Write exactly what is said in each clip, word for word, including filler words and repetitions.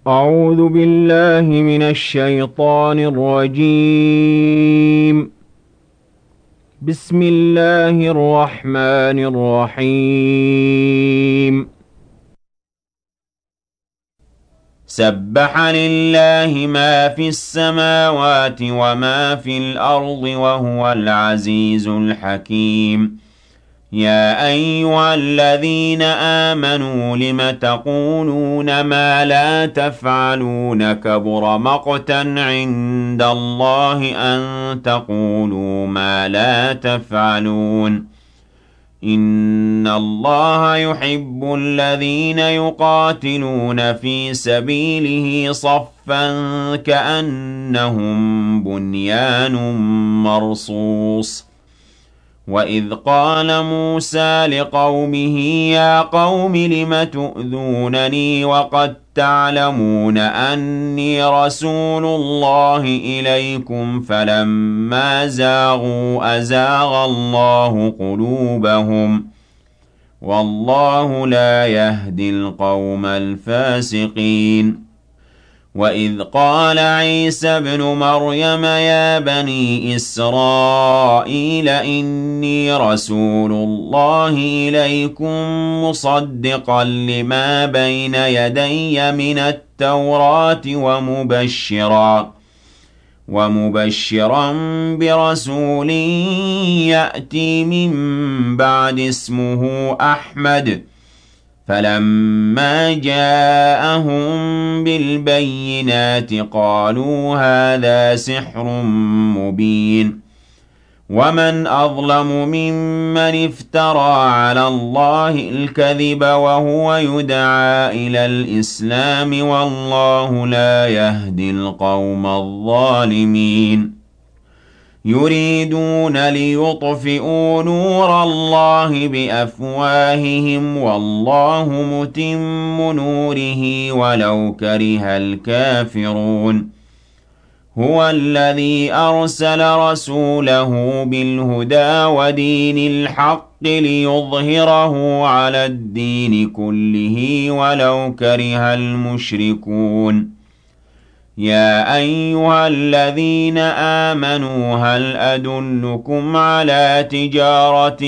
أعوذ بالله من الشيطان الرجيم. بسم الله الرحمن الرحيم. سبح لله ما في السماوات وما في الأرض وهو العزيز الحكيم. يا أيها الذين آمنوا لم تقولون ما لا تفعلون كبر مقتا عند الله أن تقولوا ما لا تفعلون. إن الله يحب الذين يقاتلون في سبيله صفا كأنهم بنيان مرصوص. وَإِذْ قَالَ مُوسَىٰ لِقَوْمِهِ يَا قَوْمِ لِمَ تُؤْذُونَنِي وَقَد تَّعْلَمُونَ أَنِّي رَسُولُ اللَّهِ إِلَيْكُمْ فَلَمَّا زَاغُوا أَزَاغَ اللَّهُ قُلُوبَهُمْ وَاللَّهُ لَا يَهْدِي الْقَوْمَ الْفَاسِقِينَ. وَإِذْ قَالَ عِيسَى ابْنُ مَرْيَمَ يَا بَنِي إِسْرَائِيلَ إِنِّي رَسُولُ اللَّهِ إِلَيْكُم مُّصَدِّقًا لِّمَا بَيْنَ يَدَيَّ مِنَ التَّوْرَاةِ وَمُبَشِّرًا وَمُبَشِّرًا بِرَسُولٍ يَأْتِي مِن بَعْدِي اسْمُهُ أَحْمَدُ. فَلَمَّا جَاءَهُم بِالْبَيِّنَاتِ قَالُوا هَٰذَا سِحْرٌ مُّبِينٌ. وَمَنْ أَظْلَمُ مِمَّنِ افْتَرَىٰ عَلَى اللَّهِ الْكَذِبَ وَهُوَ يُدْعَىٰ إِلَى الْإِسْلَامِ وَاللَّهُ لَا يَهْدِي الْقَوْمَ الظَّالِمِينَ. يُرِيدُونَ لِيُطْفِئُوا نُورَ اللَّهِ بِأَفْوَاهِهِمْ وَاللَّهُ مُتِمُّ نُورِهِ وَلَوْ كَرِهَ الْكَافِرُونَ. هُوَ الَّذِي أَرْسَلَ رَسُولَهُ بِالْهُدَىٰ وَدِينِ الْحَقِّ لِيُظْهِرَهُ عَلَى الدِّينِ كُلِّهِ وَلَوْ كَرِهَ الْمُشْرِكُونَ. يَا أَيُّهَا الَّذِينَ آمَنُوا هَلْ أَدُلُّكُمْ عَلَىٰ تِجَارَةٍ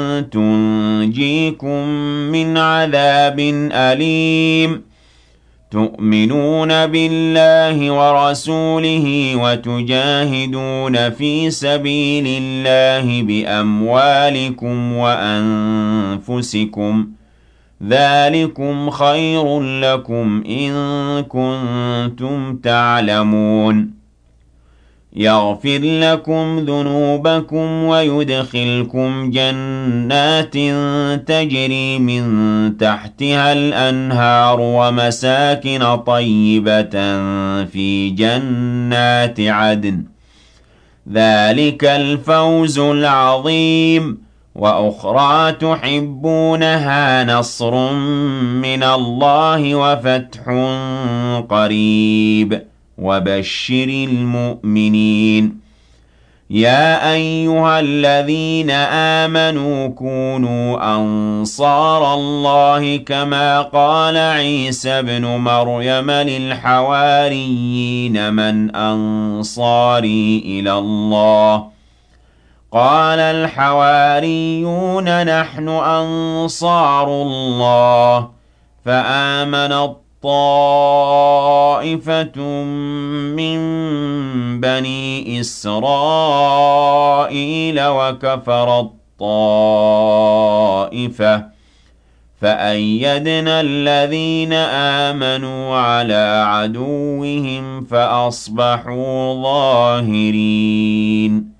تُنجِيكُم مِّنْ عَذَابٍ أَلِيمٍ تُؤْمِنُونَ بِاللَّهِ وَرَسُولِهِ وَتُجَاهِدُونَ فِي سَبِيلِ اللَّهِ بِأَمْوَالِكُمْ وَأَنفُسِكُمْ ۚ ذَٰلِكُمْ خَيْرٌ لَّكُمْ إِن كُنتُمْ تَعْلَمُونَ. يَغْفِرْ لَكُمْ ذُنُوبَكُمْ وَيُدْخِلْكُمْ جَنَّاتٍ تَجْرِي مِن تَحْتِهَا الْأَنْهَارُ وَمَسَاكِنَ طَيِّبَةً فِي جَنَّاتِ عَدْنٍ ۚ ذَٰلِكَ الْفَوْزُ الْعَظِيمُ. وَأُخْرَىٰ تُحِبُّونَهَا نَصْرٌ مِّنَ اللَّهِ وَفَتْحٌ قَرِيبٌ وَبَشِّرِ الْمُؤْمِنِينَ. يَا أَيُّهَا الَّذِينَ آمَنُوا كُونُوا أَنصَارَ اللَّهِ كَمَا قَالَ عِيسَى ابْنُ مَرْيَمَ لِلْحَوَارِيِّينَ مَنْ أَنصَارِي إِلَى اللَّهِ قَالَ الْحَوَارِيُّونَ نَحْنُ أَنصَارُ اللَّهِ. فَآمَنَت طَّائِفَةٌ مِّن بَنِي إِسْرَائِيلَ وَكَفَرَت طَّائِفَةٌ فَأَيَّدْنَا الَّذِينَ آمَنُوا عَلَىٰ عَدُوِّهِمْ فَأَصْبَحُوا ظَاهِرِينَ.